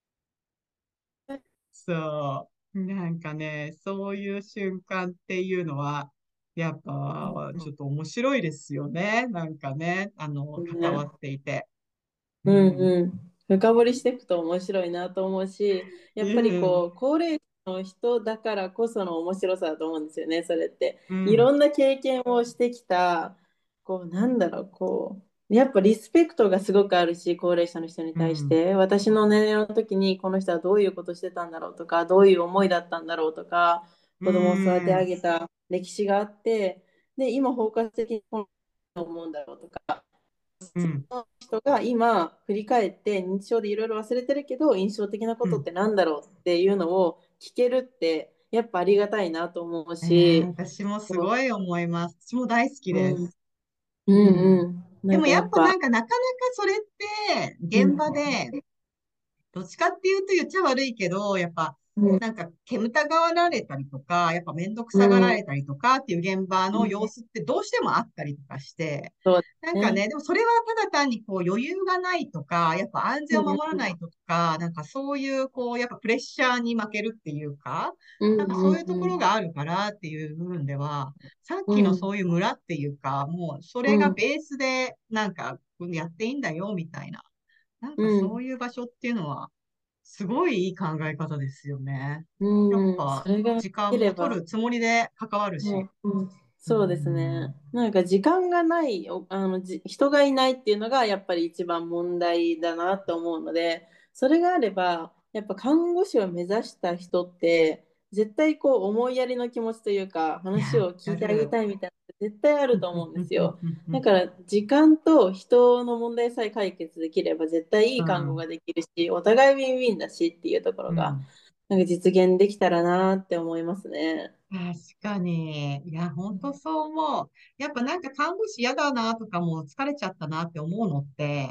そう。なんかね、そういう瞬間っていうのは、やっぱ、ちょっと面白いですよね。なんかね、あの、関わね。 っていて。ううんん。 うん。深掘りしていくと面白いなと思うし、やうっぱりん。 こう、高齢者の人だからこその面白さだと思うんですよね、それって。 うん。 いろんな経験をしてきた、こう、なんだろう、こう、やっぱリスペクトがすごくあるし、高齢者の人にうん。 対して、私の年齢の時にこの人はどういうことしてたんだろうとか、どういう思いだったんだろうとか、 う子供を育て上ん。 げた歴史があって、で、今包括的にこう思うんだろうとか、 うん。 の人が今振り返って認知症でいろいろ忘れてるけど印象的なこうん。 とってなんだろうっていうのを聞けるってやっぱありがたいなと思うえー、 し、 私もすこごい思います。私も大好きう、うん、 です。 ううん。 んうんなんでもやっかやっぱ、 ぱなんかなかなかそれって現うん場でどっちかっていうと言っちゃ悪いけど、やっぱ、 うんなんか煙たがられたりとか、やっぱめんどくさがらうんれたりとかっていう現場のうん様子ってどうしてもあったりとかして、 そうですね。 なんかね、でもそれはただ単にこう余裕がないとか、やっぱ安うん全を守らないとか、なんかそういうこう、やっぱプレッシャーに負けるっていうか、 うんなんかそういうところがあるからっていう部分では、さっきのうんそういう村っていうか、もうそれがうんベースでなんかやっていいんだよみたいな、なんかそううんいう場所っていうのは、すごいいい考え方ですよね。やっうんそぱ、 れがで時間も取きれば、 るつもりで関わるし。 うんうんうそうですん。 ね。なんか時間がない、おあの、じ、人がいないっていうのがやっぱり一番問題だなと思うので、それがあれば、やっぱ看護師を目指した人って、絶対こう思いやりの気持ちというか、 いや、 話を聞いてあげやる。 たいみたいな、絶対あうんうんると思うんですよ。 うんうんうんだから時間と人の問題さえ解決できれば絶対いい看護うんができるし、お互いウィンウィンだしっていうところが、 うん。 なんか実現できたらなって思いますね。 確かに。いや、本当そう思う。やっぱなんか看護師嫌だなとかもう疲れちゃったなって思うのって、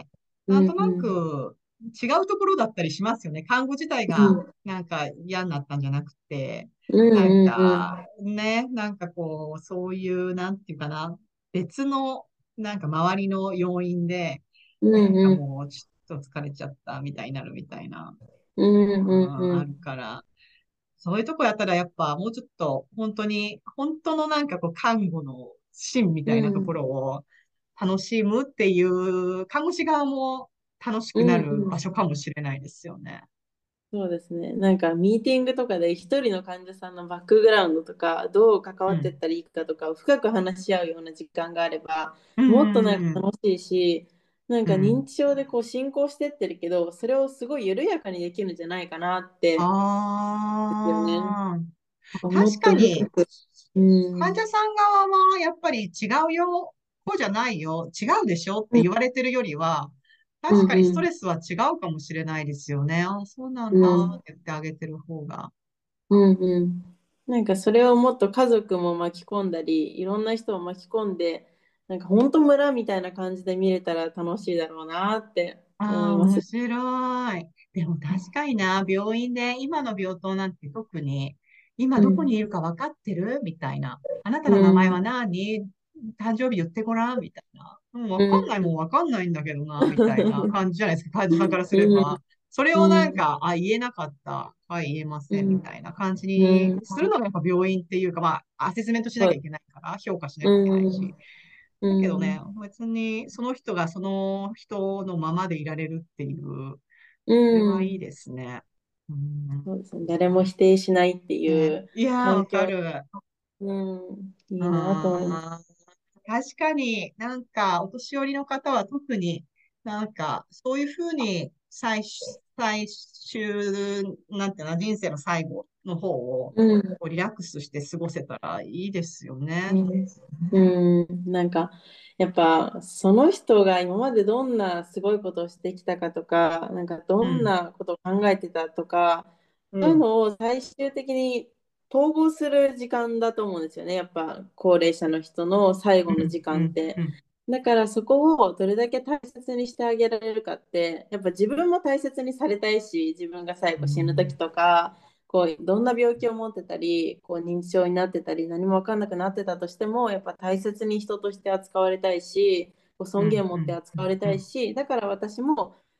うなんとなんく違うところだったりしますよね。看護自体がうんなんか嫌になったんじゃなくて、 うなんんうんうんかね、なんかこう、そういう、なんていうかな、別のなんか周りの要因で、なんかうんうんもうちょっと疲れちゃったみたいになるみたいな、 うんうん、あるうんうんから。そういうとこやったらやっぱもうちょっと本当に、本当のなんかこう看護の芯みたいなところを楽しむっていう、看護師側も楽しうくなんうんる場所かもしれないですよね。 そうですね。なんかミーティングとかで一人の患者さんのバックグラウンドとかどう関わっていっうん。 たらいいかとかを深く話し合うような時間があればうんもっとなんうんうんか楽しいし、なんか認うん。 知症でこう進行してってるけどそれをすごい緩やかにできるんじゃないかなってですよね。 ああ、確もっと深かにく。うん。 患者さん側はやっぱり違うよ、こうじゃないよ、違うでしょって言われてるよりは、確かにストうんうんレスは違うかもしれないですよね。あ、そうなんだっうんて言ってあげてる方が。 うんうん。なんかそれをもっと家族も巻き込んだり、いろんな人を巻き込んで、なんか本当村みたいな感じで見れたら楽しいだろうなって思ああ、 います。 面白い。でも確かにな、病院で、今の病棟なんて特に、今どこにいうん。 るか分かってるみたいな。あなたうの名前はん。 何？誕生日言ってごらんみたいな。うん、 う分かんないもんん。 分かんないんだけどな、みたいな感じじゃないですか。患者さんからすれうん。 ば。それをうん。 なんか、あ、言えなかった。はい、言えません、みうん。 たいな感じうん。 にするのがやっぱ病院っていうか、まあ、アセスメントしなそう。 きゃいけないから、評価しなうきゃいけないし。 ん。うだけどね、 ん。 別にその人がその人のままでいられるっていう、 うそれはいいん。 ですね。うん、 そうですね。誰も否定しないっていね、 ういやー、わか環境、 る。 うん、いいなと思います。 あー確かになんかお年寄りの方は特になんかそういうふうに最終、最終、なんていうの、人生の最後の方をうん。 こうリラックスして過ごせたらいいですよね。 うん、なんかやっぱその人が今までどんなすごいことをしてきたかとか、なんかどんうん、 なことを考えてたとか、そういううん、 のを最終的に統合する時間だと思うんですよね。やっぱ高齢者の人の最後の時うん、うん、 間って。 うん、 だからそこをどれだけ大切にしてあげられるかって、やっぱ自分も大切にされたいし、自分が最う後死ぬ時ん、 とか、こうどんな病気を持ってたり、こう認知症になってたり、何も分かんなくなってたとしても、やっぱ大切に人として扱われたいし、こう尊厳をうん、うん、 持って扱われうん、 たいし、だから私も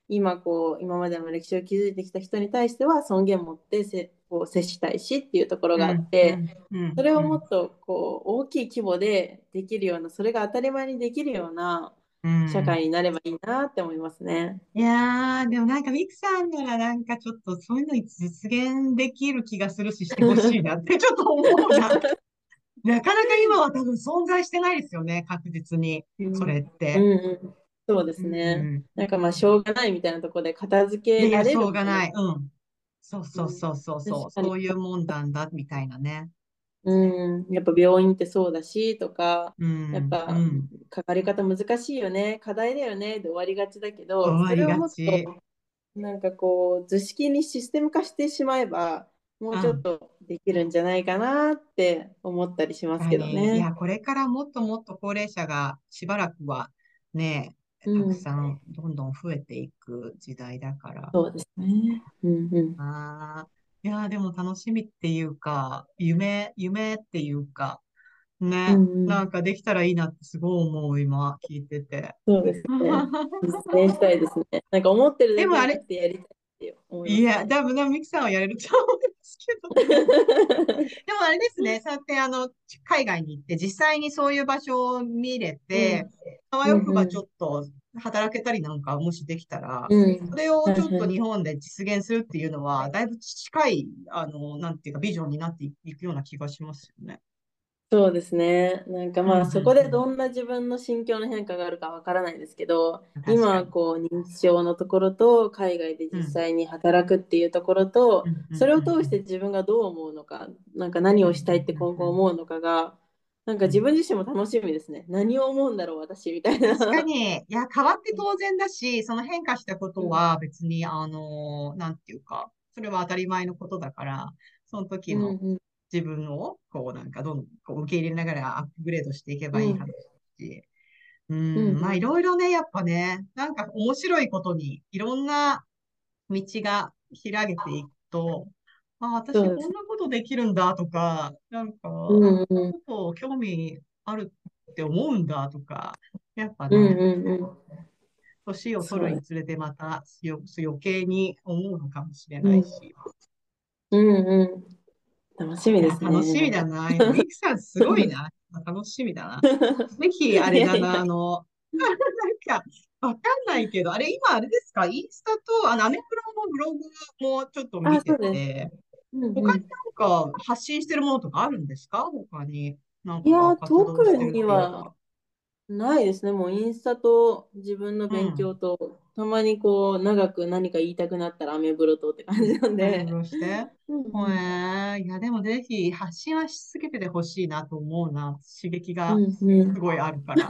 今こう今までの歴史を築いてきた人に対しては尊厳を持ってせこう接したいしっていうところがあっうん、うて、 ん、うん、 それをもうん、 っとこう大きい規模でできるような、それが当たり前にできるようなう社ん。 会になればいいなって思いますね。 いやー、でもなんかミクさんならなんかちょっとそういうのに実現できる気がするし、してほしいなってちょっと思うな。なかなか今は多分存在してないですよね、確実に。そうん、 れって。 うんうんそうでうすね。 ん。 なんかまあしょうがないみたいなところで片付いやいや、 けられしるもの、 ょうがない。うん。そううん、 そうそうそうそう。 確かに、 そういうもんなんだ、みたいなね。 うん、やっぱ病院ってそうだしとか、 うん、うやっぱん。 かかり方難しいよね、課題だよねで終わりがちだけど、 終わりそれをもっがち。 となんかこう図式にシステム化してしまえば、もうちょっうん。 とできるんじゃないかなって思ったりしますけど確かに。いね。 や、これからもっともっと高齢者がしばらくはね、たくうん、 さんどんどん増えていく時代だから。 そうですね。うんうん。 ああ、いやー、でも楽しみっていうか、夢、夢っていうか、ね、 うんうん。 なんかできたらいいなってすごい思う、今、聞いてて。 そうですね。実践したいですね。なんか思ってるだけじゃなくでもあれ、 てやりたいって思いまいや、 すね。 多分、多分ミキさんはやれると思うんですけどね。でもあれですね、そうやってあの、海外に行って実際にそういう場所を見れて、 うん。 あわうんよくばちょうん。 っと働けたりなんかもしできたら、 うん。 それをちょっとはいはい。 日本で実現するっていうのは、だいぶ近い、あの、なんていうか、ビジョンになっていくような気がしますよね。 そうですね。なんかうん、 まあそこでうどんな自分の心境の変化があるかわからないですけど、 ん、うん。確かに。 今こう認知症のところと海外で実うん、 際に働くっていうところと、 うん、うん、 それをうん、うん。 通して自分がどう思うのか、なんか何うん、うをしたいってん、うん、 今後思うのかが、なんかうん。 自分自身も楽しみですね。何を思うんだろう私みたい確かな。 に、いや、変わって当然だし、その変化したこうん。 とは別に、あの、なんていうか、それは当たり前のことだから、その時のうんうん自分を、こうなんかどんどんこう受け入れながらアップグレードしていけばいい話うんだし、ううんん、まあいうん。 ろいろね、やっぱね、なんか面白いことに、いろんな道が開けていくと、あ、私そうです。 こんなことできるんだとか、なんか、こうんうん。 んなこと興味あるって思うんだとか、やっぱうんね、 うんうん。 年を取そうです。 るにつれてまたよ余計に思うのかもしれうん。 ないし。 うんうん。楽しみいや、 ですね。 楽しなんか。 みだな。いや、ミキさんすごいな。楽しみだな。ぜひ、あいやいや。 れだな、あの、なんか、わかんないけど、あれ、今、あれですか、インスタと、あの、アメブロのブログもちょっと見あ、そてうです。 て、 うん他にうん。 なんか発信してるものとかあるんですか？他になんいや、 か活動し特てるっていうにはか。 ないですね。もうインスタと自分の勉強うん。 と、たまにこう、長く何か言いたくなったらアメブロとって感じなんアメブで。 ロして。へうんえうん。 ー、いや、でもぜひ発信はし続けててほしいなと思うな。刺激がうんうん。 すごいあるから。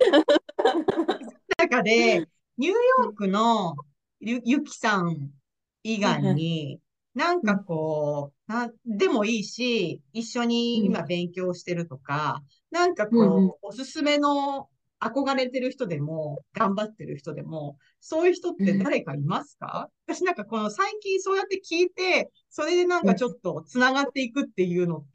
中で、ニューヨークのゆ、ゆきさん以外はいはい。 に、なんかうんこう、な、でもいいし、一緒にうん今勉強してるとか、なんかうんうん。 こう、おすすめの憧れてる人でも、頑張ってる人でも、そういう人ってうん誰かいますか？私なんかこの最近そうやって聞いて、それでなんうんかちょっと繋がっていくっていうのって、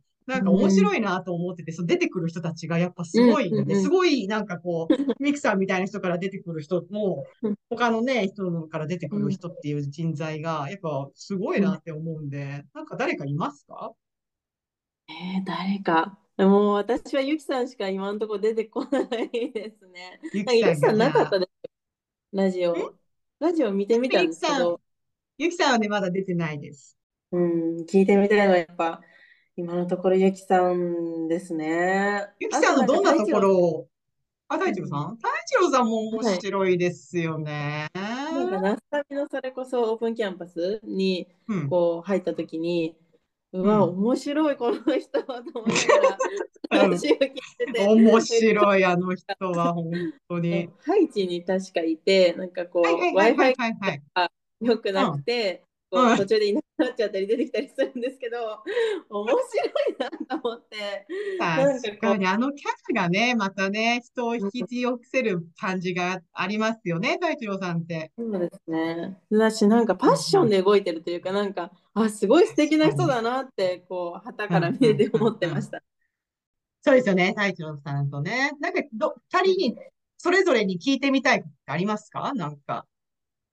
なんか面うん白いなと思ってて、そう出てくる人たちがやっぱすうんごいんで、 うんうんすごいなんかこう、ミクさんみたいな人から出てくる人も、他のね、人から出てくるうん人っていう人材が、やっぱすごいうん。 なって思うんで、なんか誰かいますか？ えー、誰か。もう私はゆきさんしか今のところ出てこないですね。 ゆきさんなんかゆきさんがじゃあ、 なかったです。ラジんオ。ラジオ見てみたんゆきさん、 ですけど、 ゆきさんはね、まだ出てないです。 うん、聞いてみたいのはやっぱ、今のところゆきさんですね。 ゆきさんのあとなんかどんなと太一郎さころを、あ、太一郎さん。 ん太一郎さんも面はい。 白いですよね。 なんか、ナスタミのそれこそオープンキャンパスにうん、 こう入った時に、うわ、 うん。 面白い、この人と思いながらうん、 話を聞いてて、 面めっちゃ白い、あの人は、本当に。 ハイチに確かいて、なんかこう、 はいはいはいはい Wi-Fi はいはい。 が良くなくうん、 て、こううん。 途中でいなくなっちゃったり出てきたりするんですけど、面白いなと思って、 確なんかこかに、あのキャラがね、またね、人を引う、 き寄せる感じがありますよね、太一郎さんって。 そうですね。だし、なんかパッションうんうん、 で動いてるというか、なんか、あ、すごい素敵な確かに。 人だなって、こう、傍から見うんうんてて思うんうん。 ってました。 そうですよね、太一郎さんとね。なんか、ど、二人に、それぞれに聞いてみたいことってありますか？なんか。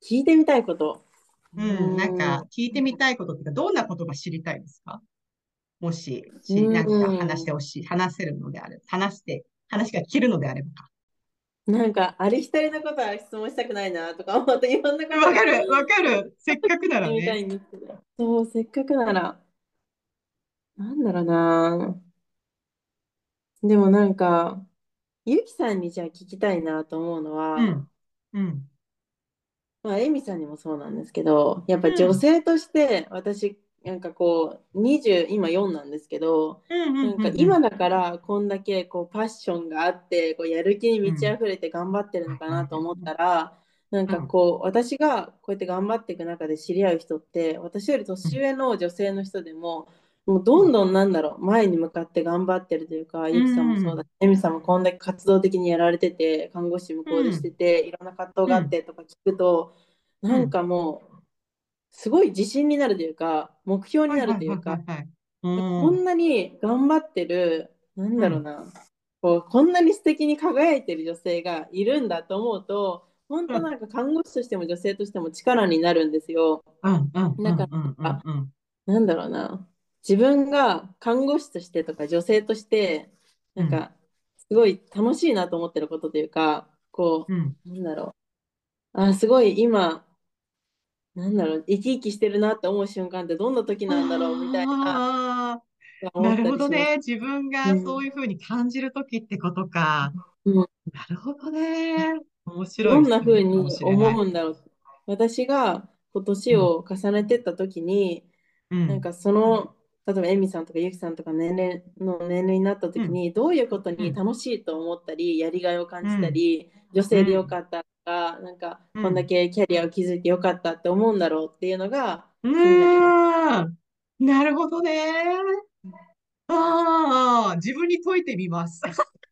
聞いてみたいこと。 うん、なんうか聞いてみたいことっていうか、どんなことが知りたいですか？もし、し、 ーなんか話してん。 ほしい、話せるのであれば、話して、話が聞けるのであればか。 なんか、ありきたりのことは質問したくないなとか思って、いろんなことを聞いわかる、わかる。せっかくならね。 てみたいんですけど。そう、せっかくなら、なんだろうな。でもなんか、ゆきさんにじゃあ聞きたいなと思うのは、 うん、うん、 まあ、エミさんにもそうなんですけど、やっぱうん、 女性として私、なんかこう、にじゅう、今よんなんですけど、 うん、うん、 なんかうん、うん。 今だからこんだけこうパッションがあって、こうやる気に満ちうん溢れて頑張ってるはいのかはいはい。 なと思ったら、なんうん、 かこう、私がこうやって頑張っていく中で知り合う人って、私よりうん、 年上の女性の人でも、もうどんうん、 どんなんだろう、前に向かって頑張ってるというか、 うゆきさんもそうだん、 し、エミさんもこんだけ活動的にやられてて、看護師向こうでしてうん、 て、いろんな葛藤があっうん、 てとか聞くと、なんうん。 かもう、すごい自信になるというか、目標になはいはいはいるというか、 はいはい。うん、 こんなに頑張ってる、なんうん、 だろうな、こうこんなに素敵に輝いてる女性がいるんだと思うと、本うん、 当なんか看護師としても女性としても力になるんですよ。 うん、うん、うだかん、うん、うん、 ら、 うん、 なんだろうな、自分が看護師としてとか女性として、 うん、 なんか、すごい楽しいなと思ってることというか、こうん。 う、なんだろう、あ、すごい今、なんだろう、生き生きしてるなって思う瞬間ってどんな時なんだろうみたいなああ、 思っなるたりします。 ほどね。自分がうん。 そういうふうに感じるときってことか。 うん、 なるほどね。面白どんない質問かも風にしれない。 思うんだろう。私がこう年うん、 を重ねてった時に、 うん、 なんかその、例えばエミさんとかユキさんとか年齢の年齢になったうん、 時に、どういうことうん、 に楽しいと思ったり、やりがいを感じたうん、 り、女性でようん、 かったとか、なんかこんだうん。 けキャリアを築いてよかったって思うんだろうっていうのがう気になります。 ーん。なるほどね。ああ、自分に解いてみます。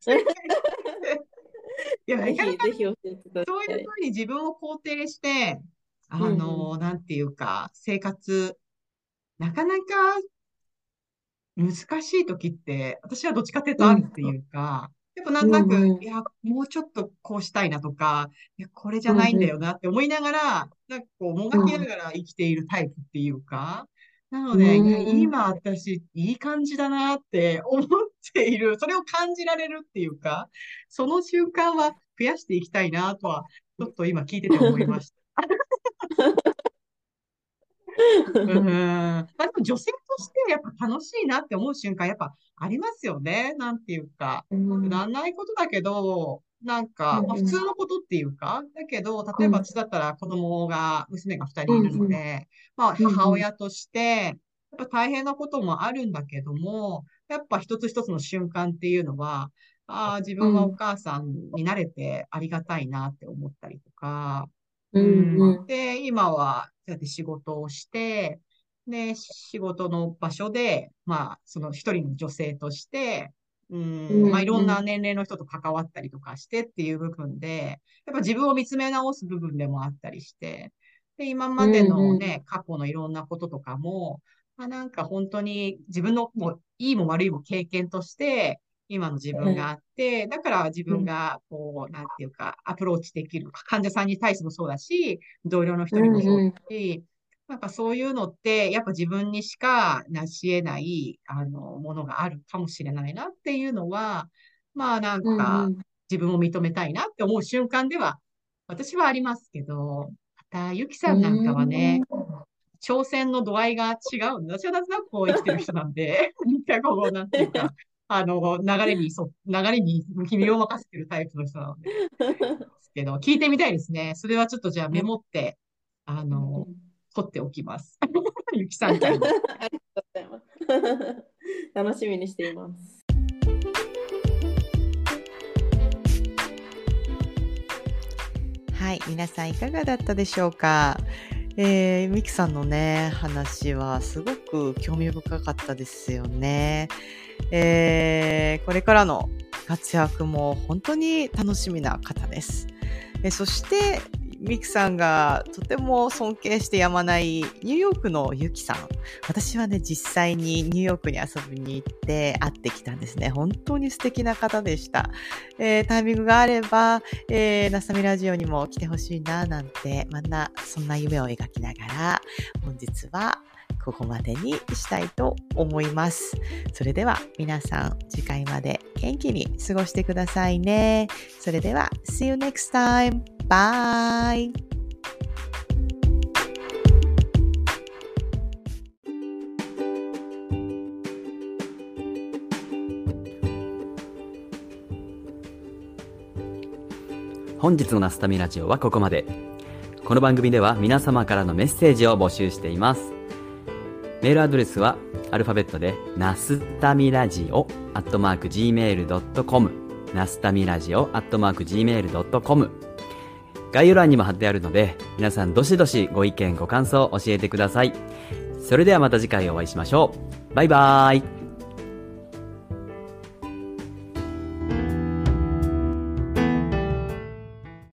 いや、なかなかぜひ、ぜひ教えてくだそういうさい。 ふうに自分を肯定して、 うんうあの、 ん。 なんていうか、生活、なかなか難しい時って、私はどっちかっていうとあるっていうか、やっぱなんとなく、 うんうん。 いや、もうちょっとこうしたいなとか、いや、これじゃうんないんだようん。 なって思いながら、なんかこう、もがきながら生きているタイプっていうか、なのうで、いや、 ん。 今私、いい感じだなって思っている、それを感じられるっていうか、その習慣は増やしていきたいなとは、ちょっと今聞いてて思いました。うーん。まあでも女性としてやっぱ楽しいなって思う瞬間やっぱありますよね。なんていうか。くだうんらないことだけど、なんか、まあ普通のことっていうか、だけど、例えば私だったら子供が、娘が二人いるので、まあ母親として、やっぱ大変なこともあるんだけども、やっぱ一つ一つの瞬間っていうのは、ああ、自分はお母さんになれてありがたいなって思ったりとか、うん。で、今は、そうやって仕事をして、で、仕事の場所で、まあ、その一人の女性として、うん、まあ、いろんな年齢の人と関わったりとかしてっていう部分で、やっぱ自分を見つめ直す部分でもあったりして、で、今までのね、過去のいろんなこととかも、まあ、なんか本当に自分のもういいも悪いも経験として、今の自分があって、だから自分が、こう、なんていうか、アプローチできる。患者さんに対してもそうだし、同僚の人にもそうだし、なんかそういうのって、やっぱ自分にしか成し得ない、あの、ものがあるかもしれないなっていうのは、まあなんか、自分を認めたいなって思う瞬間では、私はありますけど、また、ゆきさんなんかはね、挑戦の度合いが違うんだ。私はなんとなくこう生きてる人なんで、なんかこう、なんていうか、あの、流れに、そ、流れに身を任せてるタイプの人なので、ですけど、聞いてみたいですね。それはちょっとじゃあメモって、あの、取っておきます。ゆきさん会に。 ありがとうございます。楽しみにしています。 はい、皆さんいかがだったでしょうか。えー、ミキさんのね、話はすごく興味深かったですよね。えー、これからの活躍も本当に楽しみな方です。えー、そして、 ミクさんがとても尊敬してやまないニューヨークのユキさん。私はね、実際にニューヨークに遊びに行って会ってきたんですね。本当に素敵な方でした。えー、タイミングがあれば、えー、ナスタミラジオにも来てほしいな、なんて、またそんな夢を描きながら、本日はここまでにしたいと思います。それでは皆さん次回まで元気に過ごしてくださいね。それでは See you next time. Bye. 本日のナスタミラジオはここまで。この番組では皆様からのメッセージを募集しています。メールアドレスはアルファベットでナスタミラジオアットマーク ジーメールドットコム ナスタミラジオアットマーク ジーメールドットコム。 概要欄にも貼ってあるので、皆さんどしどしご意見ご感想を教えてください。それではまた次回お会いしましょう。バイバーイ。